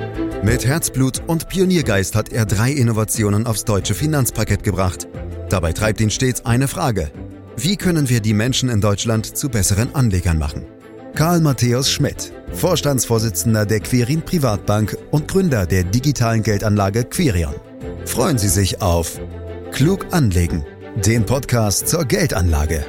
Mit Herzblut und Pioniergeist hat er 3 Innovationen aufs deutsche Finanzparkett gebracht. Dabei treibt ihn stets eine Frage: Wie können wir die Menschen in Deutschland zu besseren Anlegern machen? Karl Matthäus Schmidt, Vorstandsvorsitzender der Quirin Privatbank und Gründer der digitalen Geldanlage Quirion. Freuen Sie sich auf Klug anlegen, den Podcast zur Geldanlage.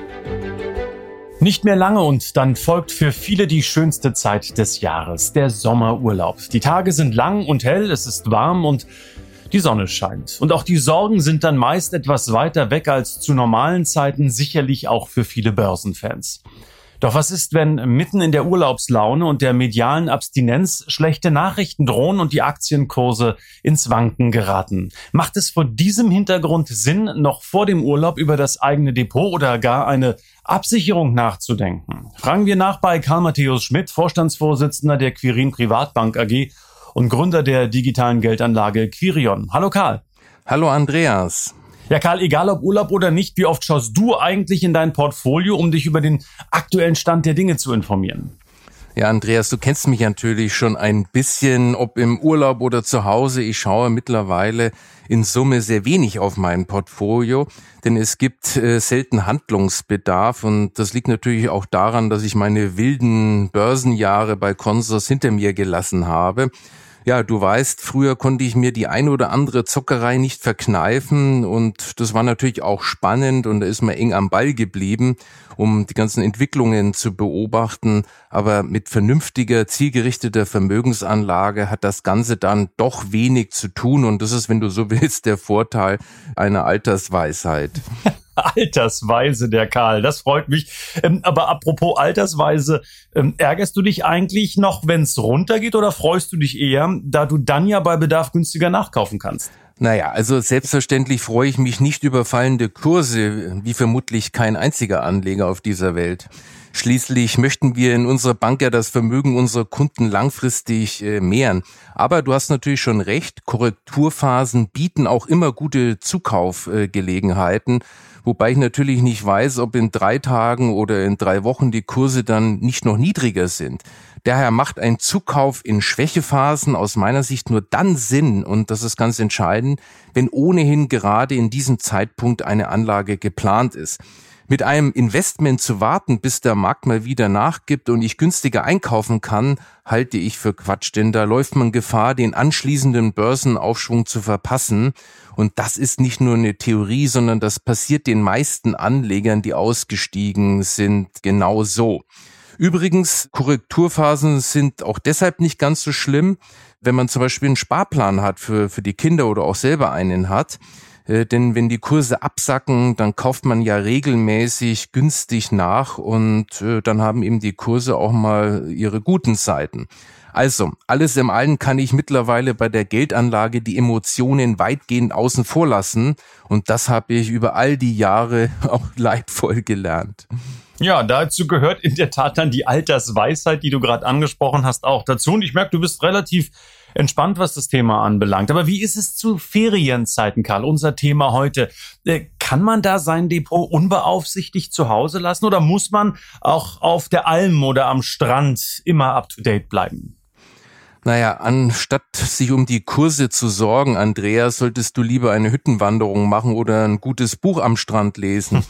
Nicht mehr lange und dann folgt für viele die schönste Zeit des Jahres, der Sommerurlaub. Die Tage sind lang und hell, es ist warm und die Sonne scheint. Und auch die Sorgen sind dann meist etwas weiter weg als zu normalen Zeiten, sicherlich auch für viele Börsenfans. Doch was ist, wenn mitten in der Urlaubslaune und der medialen Abstinenz schlechte Nachrichten drohen und die Aktienkurse ins Wanken geraten? Macht es vor diesem Hintergrund Sinn, noch vor dem Urlaub über das eigene Depot oder gar eine Absicherung nachzudenken? Fragen wir nach bei Karl Matthäus Schmidt, Vorstandsvorsitzender der Quirin Privatbank AG und Gründer der digitalen Geldanlage Quirion. Hallo Karl. Hallo Andreas. Ja, Karl, egal ob Urlaub oder nicht, wie oft schaust du eigentlich in dein Portfolio, um dich über den aktuellen Stand der Dinge zu informieren? Ja, Andreas, du kennst mich natürlich schon ein bisschen, ob im Urlaub oder zu Hause. Ich schaue mittlerweile in Summe sehr wenig auf mein Portfolio, denn es gibt selten Handlungsbedarf und das liegt natürlich auch daran, dass ich meine wilden Börsenjahre bei Consors hinter mir gelassen habe. Ja, du weißt, früher konnte ich mir die ein oder andere Zockerei nicht verkneifen und das war natürlich auch spannend und da ist man eng am Ball geblieben, um die ganzen Entwicklungen zu beobachten. Aber mit vernünftiger, zielgerichteter Vermögensanlage hat das Ganze dann doch wenig zu tun und das ist, wenn du so willst, der Vorteil einer Altersweisheit. Altersweise, der Karl, das freut mich. Aber apropos Altersweise, ärgerst du dich eigentlich noch, wenn es runtergeht oder freust du dich eher, da du dann ja bei Bedarf günstiger nachkaufen kannst? Naja, also selbstverständlich freue ich mich nicht über fallende Kurse, wie vermutlich kein einziger Anleger auf dieser Welt. Schließlich möchten wir in unserer Bank ja das Vermögen unserer Kunden langfristig mehren. Aber du hast natürlich schon recht, Korrekturphasen bieten auch immer gute Zukaufgelegenheiten. Wobei ich natürlich nicht weiß, ob in 3 Tagen oder in 3 Wochen die Kurse dann nicht noch niedriger sind. Daher macht ein Zukauf in Schwächephasen aus meiner Sicht nur dann Sinn, und das ist ganz entscheidend, wenn ohnehin gerade in diesem Zeitpunkt eine Anlage geplant ist. Mit einem Investment zu warten, bis der Markt mal wieder nachgibt und ich günstiger einkaufen kann, halte ich für Quatsch, denn da läuft man Gefahr, den anschließenden Börsenaufschwung zu verpassen. Und das ist nicht nur eine Theorie, sondern das passiert den meisten Anlegern, die ausgestiegen sind, genau so. Übrigens, Korrekturphasen sind auch deshalb nicht ganz so schlimm, wenn man zum Beispiel einen Sparplan hat für die Kinder oder auch selber einen hat. Denn wenn die Kurse absacken, dann kauft man ja regelmäßig günstig nach und dann haben eben die Kurse auch mal ihre guten Seiten. Also, alles im Allen kann ich mittlerweile bei der Geldanlage die Emotionen weitgehend außen vor lassen und das habe ich über all die Jahre auch leidvoll gelernt. Ja, dazu gehört in der Tat dann die Altersweisheit, die du gerade angesprochen hast, auch dazu. Und ich merke, du bist relativ entspannt, was das Thema anbelangt. Aber wie ist es zu Ferienzeiten, Karl? Unser Thema heute. Kann man da sein Depot unbeaufsichtigt zu Hause lassen oder muss man auch auf der Alm oder am Strand immer up to date bleiben? Naja, anstatt sich um die Kurse zu sorgen, Andreas, solltest du lieber eine Hüttenwanderung machen oder ein gutes Buch am Strand lesen.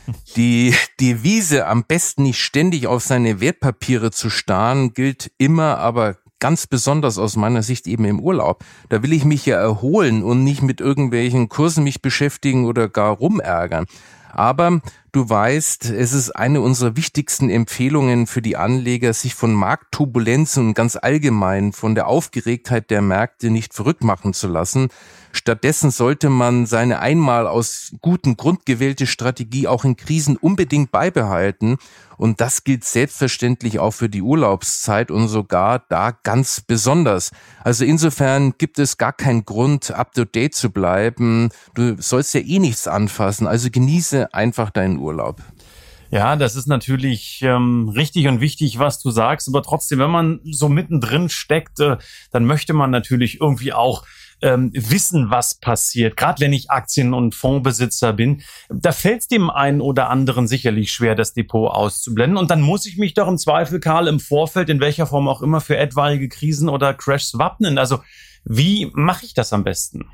Die Devise, am besten nicht ständig auf seine Wertpapiere zu starren, gilt immer, aber ganz besonders aus meiner Sicht eben im Urlaub. Da will ich mich ja erholen und nicht mit irgendwelchen Kursen mich beschäftigen oder gar rumärgern. Aber du weißt, es ist eine unserer wichtigsten Empfehlungen für die Anleger, sich von Marktturbulenzen und ganz allgemein von der Aufgeregtheit der Märkte nicht verrückt machen zu lassen. Stattdessen sollte man seine einmal aus gutem Grund gewählte Strategie auch in Krisen unbedingt beibehalten. Und das gilt selbstverständlich auch für die Urlaubszeit und sogar da ganz besonders. Also insofern gibt es gar keinen Grund, up to date zu bleiben. Du sollst ja eh nichts anfassen, also genieße einfach deinen Urlaub. Ja, das ist natürlich richtig und wichtig, was du sagst. Aber trotzdem, wenn man so mittendrin steckt, dann möchte man natürlich irgendwie auch wissen, was passiert. Gerade wenn ich Aktien- und Fondsbesitzer bin, da fällt es dem einen oder anderen sicherlich schwer, das Depot auszublenden. Und dann muss ich mich doch im Zweifel, Karl, im Vorfeld, in welcher Form auch immer, für etwaige Krisen oder Crashs wappnen. Also wie mache ich das am besten?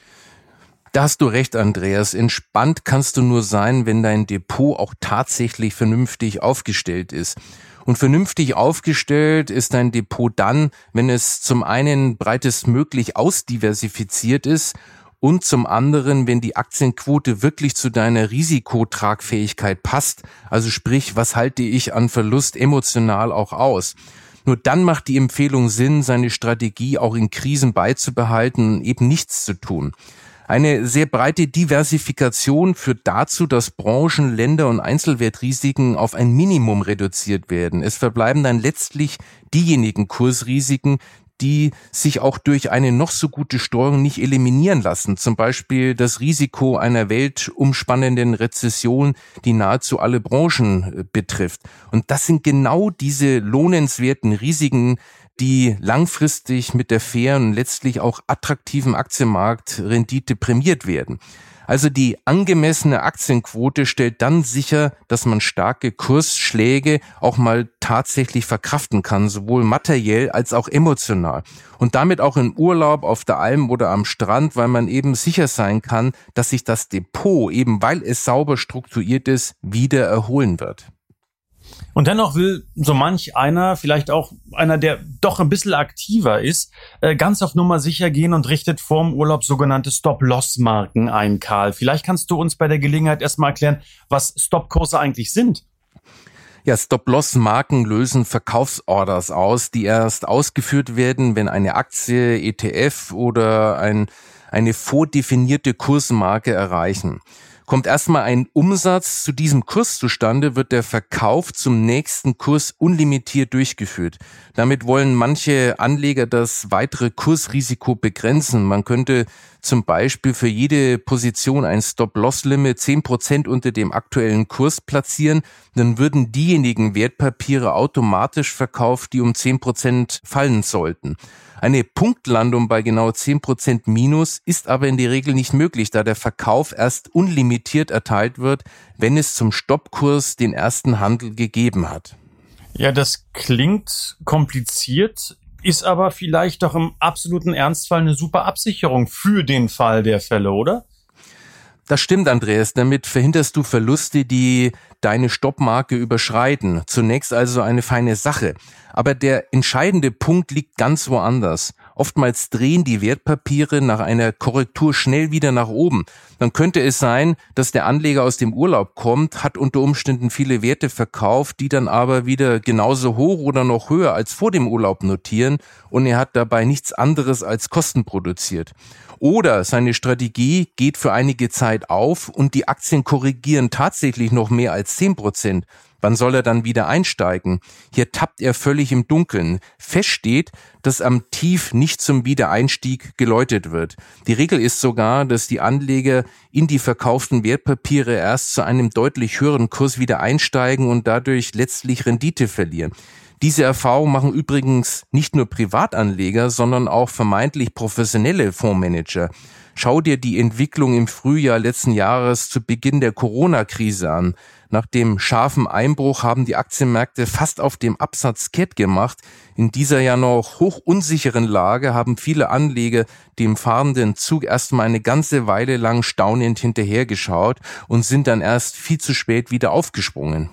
Da hast du recht, Andreas. Entspannt kannst du nur sein, wenn dein Depot auch tatsächlich vernünftig aufgestellt ist. Und vernünftig aufgestellt ist dein Depot dann, wenn es zum einen breitestmöglich ausdiversifiziert ist und zum anderen, wenn die Aktienquote wirklich zu deiner Risikotragfähigkeit passt. Also sprich, was halte ich an Verlust emotional auch aus? Nur dann macht die Empfehlung Sinn, seine Strategie auch in Krisen beizubehalten und eben nichts zu tun. Eine sehr breite Diversifikation führt dazu, dass Branchen, Länder und Einzelwertrisiken auf ein Minimum reduziert werden. Es verbleiben dann letztlich diejenigen Kursrisiken, die sich auch durch eine noch so gute Steuerung nicht eliminieren lassen. Zum Beispiel das Risiko einer weltumspannenden Rezession, die nahezu alle Branchen betrifft. Und das sind genau diese lohnenswerten Risiken, die langfristig mit der fairen und letztlich auch attraktiven Aktienmarktrendite prämiert werden. Also die angemessene Aktienquote stellt dann sicher, dass man starke Kursschläge auch mal tatsächlich verkraften kann, sowohl materiell als auch emotional. Und damit auch im Urlaub auf der Alm oder am Strand, weil man eben sicher sein kann, dass sich das Depot, eben weil es sauber strukturiert ist, wieder erholen wird. Und dennoch will so manch einer, vielleicht auch einer, der doch ein bisschen aktiver ist, ganz auf Nummer sicher gehen und richtet vorm Urlaub sogenannte Stop-Loss-Marken ein, Karl. Vielleicht kannst du uns bei der Gelegenheit erstmal erklären, was Stop-Kurse eigentlich sind. Ja, Stop-Loss-Marken lösen Verkaufsorders aus, die erst ausgeführt werden, wenn eine Aktie, ETF oder eine vordefinierte Kursmarke erreichen. Kommt erstmal ein Umsatz zu diesem Kurs zustande, wird der Verkauf zum nächsten Kurs unlimitiert durchgeführt. Damit wollen manche Anleger das weitere Kursrisiko begrenzen. Man könnte zum Beispiel für jede Position ein Stop-Loss-Limit 10% unter dem aktuellen Kurs platzieren. Dann würden diejenigen Wertpapiere automatisch verkauft, die um 10% fallen sollten. Eine Punktlandung bei genau 10% Minus ist aber in der Regel nicht möglich, da der Verkauf erst unlimitiert erteilt wird, wenn es zum Stoppkurs den ersten Handel gegeben hat. Ja, das klingt kompliziert, ist aber vielleicht doch im absoluten Ernstfall eine super Absicherung für den Fall der Fälle, oder? Das stimmt, Andreas. Damit verhinderst du Verluste, die deine Stoppmarke überschreiten. Zunächst also eine feine Sache. Aber der entscheidende Punkt liegt ganz woanders. Oftmals drehen die Wertpapiere nach einer Korrektur schnell wieder nach oben. Dann könnte es sein, dass der Anleger aus dem Urlaub kommt, hat unter Umständen viele Werte verkauft, die dann aber wieder genauso hoch oder noch höher als vor dem Urlaub notieren und er hat dabei nichts anderes als Kosten produziert. Oder seine Strategie geht für einige Zeit auf und die Aktien korrigieren tatsächlich noch mehr als 10%. Wann soll er dann wieder einsteigen? Hier tappt er völlig im Dunkeln. Fest steht, dass am Tief nicht zum Wiedereinstieg geläutet wird. Die Regel ist sogar, dass die Anleger in die verkauften Wertpapiere erst zu einem deutlich höheren Kurs wieder einsteigen und dadurch letztlich Rendite verlieren. Diese Erfahrung machen übrigens nicht nur Privatanleger, sondern auch vermeintlich professionelle Fondsmanager. Schau dir die Entwicklung im Frühjahr letzten Jahres zu Beginn der Corona-Krise an. Nach dem scharfen Einbruch haben die Aktienmärkte fast auf dem Absatz kehrt gemacht. In dieser ja noch hoch unsicheren Lage haben viele Anleger dem fahrenden Zug erstmal eine ganze Weile lang staunend hinterhergeschaut und sind dann erst viel zu spät wieder aufgesprungen.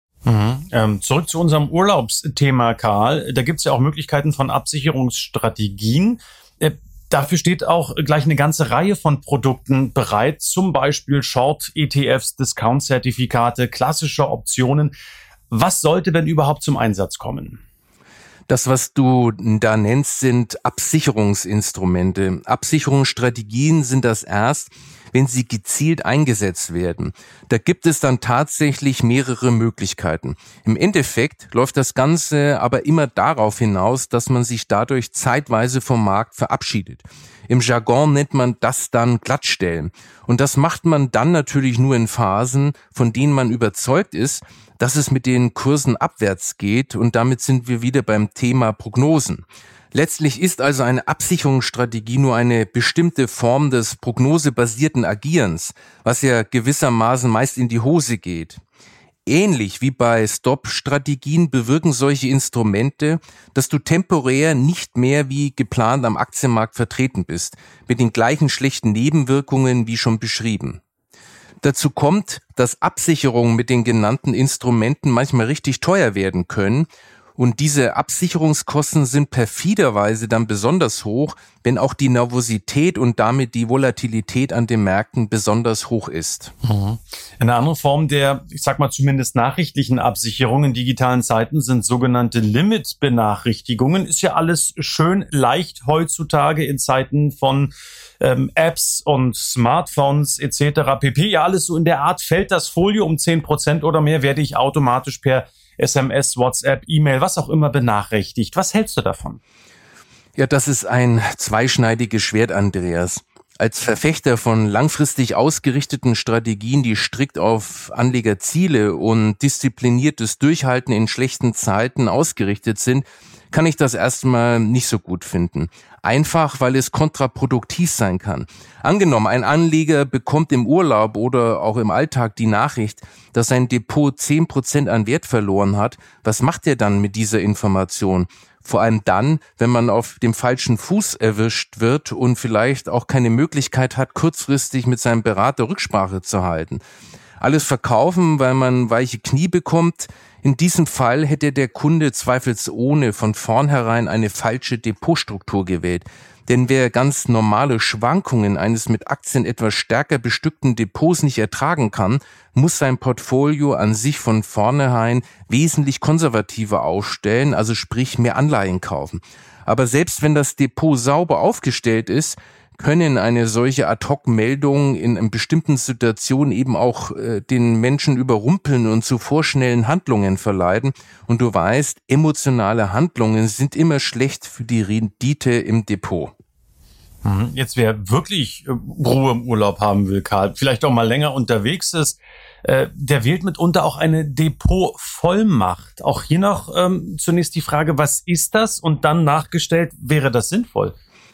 Zurück zu unserem Urlaubsthema, Karl. Da gibt es ja auch Möglichkeiten von Absicherungsstrategien. Dafür steht auch gleich eine ganze Reihe von Produkten bereit, zum Beispiel Short-ETFs, Discount-Zertifikate, klassische Optionen. Was sollte denn überhaupt zum Einsatz kommen? Das, was du da nennst, sind Absicherungsinstrumente. Absicherungsstrategien sind das erst, wenn sie gezielt eingesetzt werden. Da gibt es dann tatsächlich mehrere Möglichkeiten. Im Endeffekt läuft das Ganze aber immer darauf hinaus, dass man sich dadurch zeitweise vom Markt verabschiedet. Im Jargon nennt man das dann Glattstellen. Und das macht man dann natürlich nur in Phasen, von denen man überzeugt ist, dass es mit den Kursen abwärts geht. Und damit sind wir wieder beim Thema Prognosen. Letztlich ist also eine Absicherungsstrategie nur eine bestimmte Form des prognosebasierten Agierens, was ja gewissermaßen meist in die Hose geht. Ähnlich wie bei Stop-Strategien bewirken solche Instrumente, dass du temporär nicht mehr wie geplant am Aktienmarkt vertreten bist, mit den gleichen schlechten Nebenwirkungen wie schon beschrieben. Dazu kommt, dass Absicherungen mit den genannten Instrumenten manchmal richtig teuer werden können. Und diese Absicherungskosten sind perfiderweise dann besonders hoch, wenn auch die Nervosität und damit die Volatilität an den Märkten besonders hoch ist. Eine andere Form der, ich sag mal zumindest nachrichtlichen Absicherung in digitalen Zeiten sind sogenannte Limit-Benachrichtigungen. Ist ja alles schön leicht heutzutage in Zeiten von Apps und Smartphones etc. pp. Ja, alles so in der Art. Fällt das Folio um 10% oder mehr, werde ich automatisch per SMS, WhatsApp, E-Mail, was auch immer benachrichtigt. Was hältst du davon? Ja, das ist ein zweischneidiges Schwert, Andreas. Als Verfechter von langfristig ausgerichteten Strategien, die strikt auf Anlegerziele und diszipliniertes Durchhalten in schlechten Zeiten ausgerichtet sind, kann ich das erstmal nicht so gut finden. Einfach, weil es kontraproduktiv sein kann. Angenommen, ein Anleger bekommt im Urlaub oder auch im Alltag die Nachricht, dass sein Depot 10% an Wert verloren hat. Was macht er dann mit dieser Information? Vor allem dann, wenn man auf dem falschen Fuß erwischt wird und vielleicht auch keine Möglichkeit hat, kurzfristig mit seinem Berater Rücksprache zu halten. Alles verkaufen, weil man weiche Knie bekommt. In diesem Fall hätte der Kunde zweifelsohne von vornherein eine falsche Depotstruktur gewählt. Denn wer ganz normale Schwankungen eines mit Aktien etwas stärker bestückten Depots nicht ertragen kann, muss sein Portfolio an sich von vornherein wesentlich konservativer aufstellen, also sprich mehr Anleihen kaufen. Aber selbst wenn das Depot sauber aufgestellt ist, können eine solche Ad-Hoc-Meldung in einer bestimmten Situation eben auch den Menschen überrumpeln und zu vorschnellen Handlungen verleiten. Und du weißt, emotionale Handlungen sind immer schlecht für die Rendite im Depot. Jetzt, wer wirklich Ruhe im Urlaub haben will, Karl, vielleicht auch mal länger unterwegs ist, der wählt mitunter auch eine Depotvollmacht. Auch hier noch zunächst die Frage, was ist das? Und dann nachgestellt, wäre das sinnvoll?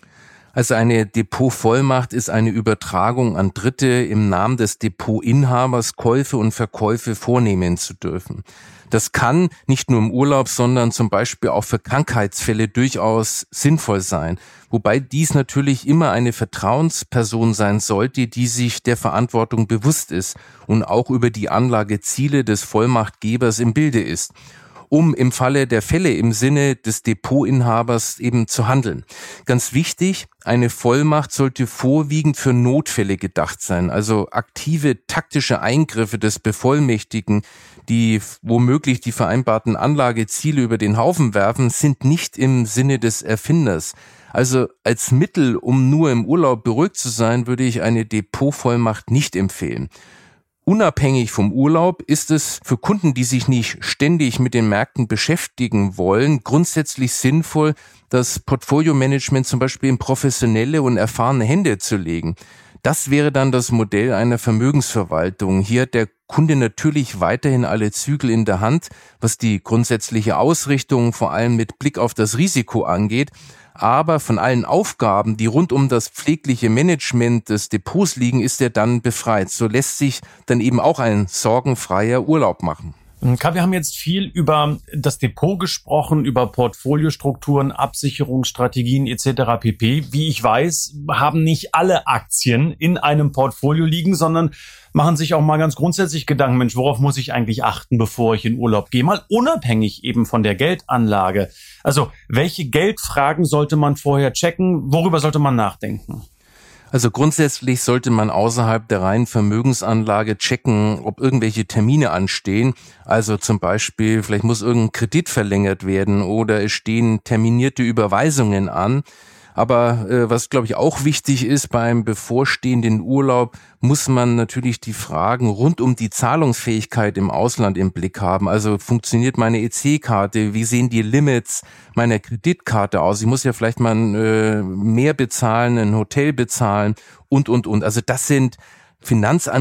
Also eine Depotvollmacht ist eine Übertragung an Dritte im Namen des Depotinhabers Käufe und Verkäufe vornehmen zu dürfen. Das kann nicht nur im Urlaub, sondern zum Beispiel auch für Krankheitsfälle durchaus sinnvoll sein. Wobei dies natürlich immer eine Vertrauensperson sein sollte, die sich der Verantwortung bewusst ist und auch über die Anlageziele des Vollmachtgebers im Bilde ist, um im Falle der Fälle im Sinne des Depotinhabers eben zu handeln. Ganz wichtig, eine Vollmacht sollte vorwiegend für Notfälle gedacht sein, also aktive taktische Eingriffe des Bevollmächtigten, die womöglich die vereinbarten Anlageziele über den Haufen werfen, sind nicht im Sinne des Erfinders. Also als Mittel, um nur im Urlaub beruhigt zu sein, würde ich eine Depotvollmacht nicht empfehlen. Unabhängig vom Urlaub ist es für Kunden, die sich nicht ständig mit den Märkten beschäftigen wollen, grundsätzlich sinnvoll, das Portfolio-Management zum Beispiel in professionelle und erfahrene Hände zu legen. Das wäre dann das Modell einer Vermögensverwaltung. Hier hat der Kunde natürlich weiterhin alle Zügel in der Hand, was die grundsätzliche Ausrichtung vor allem mit Blick auf das Risiko angeht. Aber von allen Aufgaben, die rund um das pflegliche Management des Depots liegen, ist er dann befreit. So lässt sich dann eben auch ein sorgenfreier Urlaub machen. Karl, wir haben jetzt viel über das Depot gesprochen, über Portfoliostrukturen, Absicherungsstrategien etc. pp. Wie ich weiß, haben nicht alle Aktien in einem Portfolio liegen, sondern machen sich auch mal ganz grundsätzlich Gedanken, Mensch, worauf muss ich eigentlich achten, bevor ich in Urlaub gehe? Mal unabhängig eben von der Geldanlage. Also, welche Geldfragen sollte man vorher checken? Worüber sollte man nachdenken? Also grundsätzlich sollte man außerhalb der reinen Vermögensanlage checken, ob irgendwelche Termine anstehen. Also zum Beispiel, vielleicht muss irgendein Kredit verlängert werden oder es stehen terminierte Überweisungen an. Aber was, glaube ich, auch wichtig ist beim bevorstehenden Urlaub, muss man natürlich die Fragen rund um die Zahlungsfähigkeit im Ausland im Blick haben. Also funktioniert meine EC-Karte? Wie sehen die Limits meiner Kreditkarte aus? Ich muss ja vielleicht mal mehr bezahlen, ein Hotel bezahlen und. Also das sind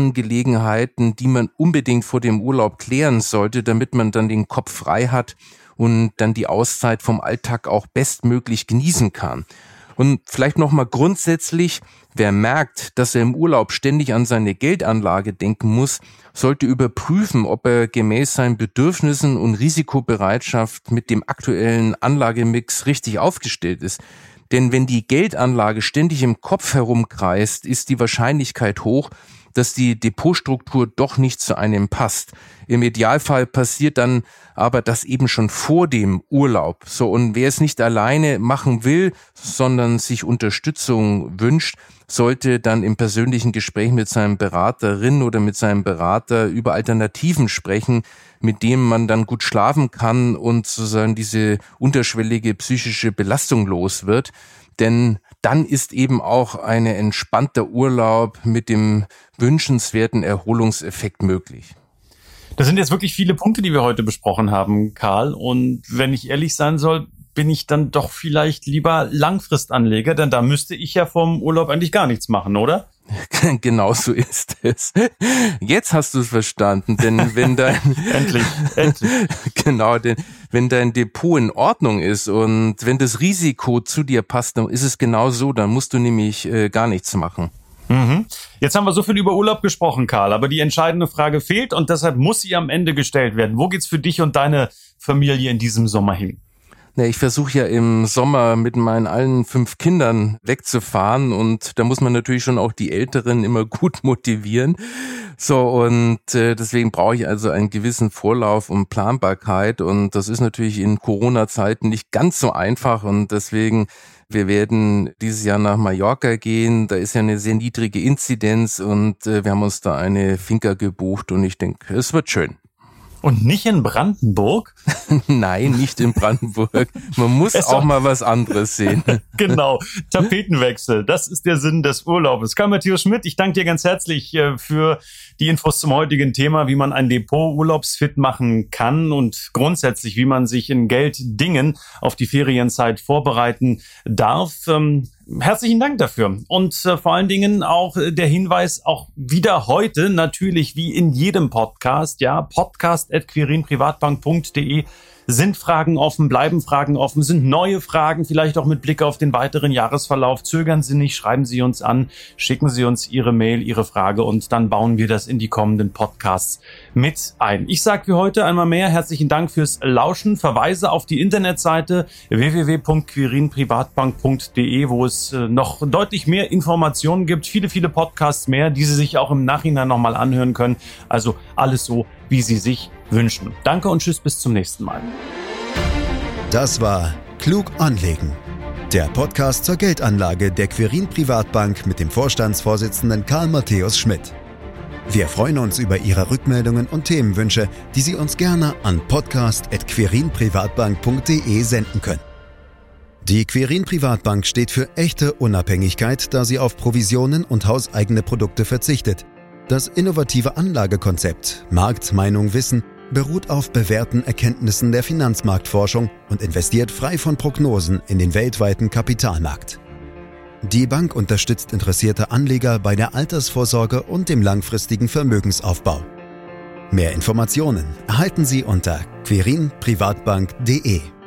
Finanzangelegenheiten, die man unbedingt vor dem Urlaub klären sollte, damit man dann den Kopf frei hat und dann die Auszeit vom Alltag auch bestmöglich genießen kann. Und vielleicht nochmal grundsätzlich, wer merkt, dass er im Urlaub ständig an seine Geldanlage denken muss, sollte überprüfen, ob er gemäß seinen Bedürfnissen und Risikobereitschaft mit dem aktuellen Anlagemix richtig aufgestellt ist. Denn wenn die Geldanlage ständig im Kopf herumkreist, ist die Wahrscheinlichkeit hoch, dass die Depotstruktur doch nicht zu einem passt. Im Idealfall passiert dann aber das eben schon vor dem Urlaub. So, und wer es nicht alleine machen will, sondern sich Unterstützung wünscht, sollte dann im persönlichen Gespräch mit seinem Beraterin oder mit seinem Berater über Alternativen sprechen, mit denen man dann gut schlafen kann und sozusagen diese unterschwellige psychische Belastung los wird. Denn dann ist eben auch ein entspannter Urlaub mit dem wünschenswerten Erholungseffekt möglich. Das sind jetzt wirklich viele Punkte, die wir heute besprochen haben, Karl. Und wenn ich ehrlich sein soll, bin ich dann doch vielleicht lieber Langfristanleger, denn da müsste ich ja vom Urlaub eigentlich gar nichts machen, oder? Genau so ist es. Jetzt hast du es verstanden, denn wenn dein endlich. Genau, denn wenn dein Depot in Ordnung ist und wenn das Risiko zu dir passt, dann ist es genau so, dann musst du nämlich gar nichts machen. Jetzt haben wir so viel über Urlaub gesprochen, Karl, aber die entscheidende Frage fehlt und deshalb muss sie am Ende gestellt werden. Wo geht's für dich und deine Familie in diesem Sommer hin? Na, ich versuche ja im Sommer mit meinen allen 5 Kindern wegzufahren und da muss man natürlich schon auch die Älteren immer gut motivieren. So, und deswegen brauche ich also einen gewissen Vorlauf und Planbarkeit und das ist natürlich in Corona-Zeiten nicht ganz so einfach und deswegen, wir werden dieses Jahr nach Mallorca gehen, da ist ja eine sehr niedrige Inzidenz und wir haben uns da eine Finca gebucht und ich denke, es wird schön. Und nicht in Brandenburg? Nein, nicht in Brandenburg. Man muss auch mal was anderes sehen. Genau, Tapetenwechsel, das ist der Sinn des Urlaubes. Karl Matthäus Schmidt, ich danke dir ganz herzlich für die Infos zum heutigen Thema, wie man ein Depot urlaubsfit machen kann und grundsätzlich, wie man sich in Gelddingen auf die Ferienzeit vorbereiten darf. Herzlichen Dank dafür. Und vor allen Dingen auch der Hinweis, auch wieder heute, natürlich wie in jedem Podcast, ja, podcast@quirinprivatbank.de sind Fragen offen, bleiben Fragen offen, sind neue Fragen, vielleicht auch mit Blick auf den weiteren Jahresverlauf. Zögern Sie nicht, schreiben Sie uns an, schicken Sie uns Ihre Mail, Ihre Frage und dann bauen wir das in die kommenden Podcasts mit ein. Ich sage für heute einmal mehr herzlichen Dank fürs Lauschen. Verweise auf die Internetseite www.quirinprivatbank.de, wo es noch deutlich mehr Informationen gibt, viele Podcasts mehr, die Sie sich auch im Nachhinein nochmal anhören können. Also alles so, wie Sie sich wünschen. Danke und tschüss, bis zum nächsten Mal. Das war Klug anlegen. Der Podcast zur Geldanlage der Quirin Privatbank mit dem Vorstandsvorsitzenden Karl Matthäus Schmidt. Wir freuen uns über Ihre Rückmeldungen und Themenwünsche, die Sie uns gerne an podcast@quirinprivatbank.de senden können. Die Quirin Privatbank steht für echte Unabhängigkeit, da sie auf Provisionen und hauseigene Produkte verzichtet. Das innovative Anlagekonzept Markt, Meinung, Wissen beruht auf bewährten Erkenntnissen der Finanzmarktforschung und investiert frei von Prognosen in den weltweiten Kapitalmarkt. Die Bank unterstützt interessierte Anleger bei der Altersvorsorge und dem langfristigen Vermögensaufbau. Mehr Informationen erhalten Sie unter quirinprivatbank.de.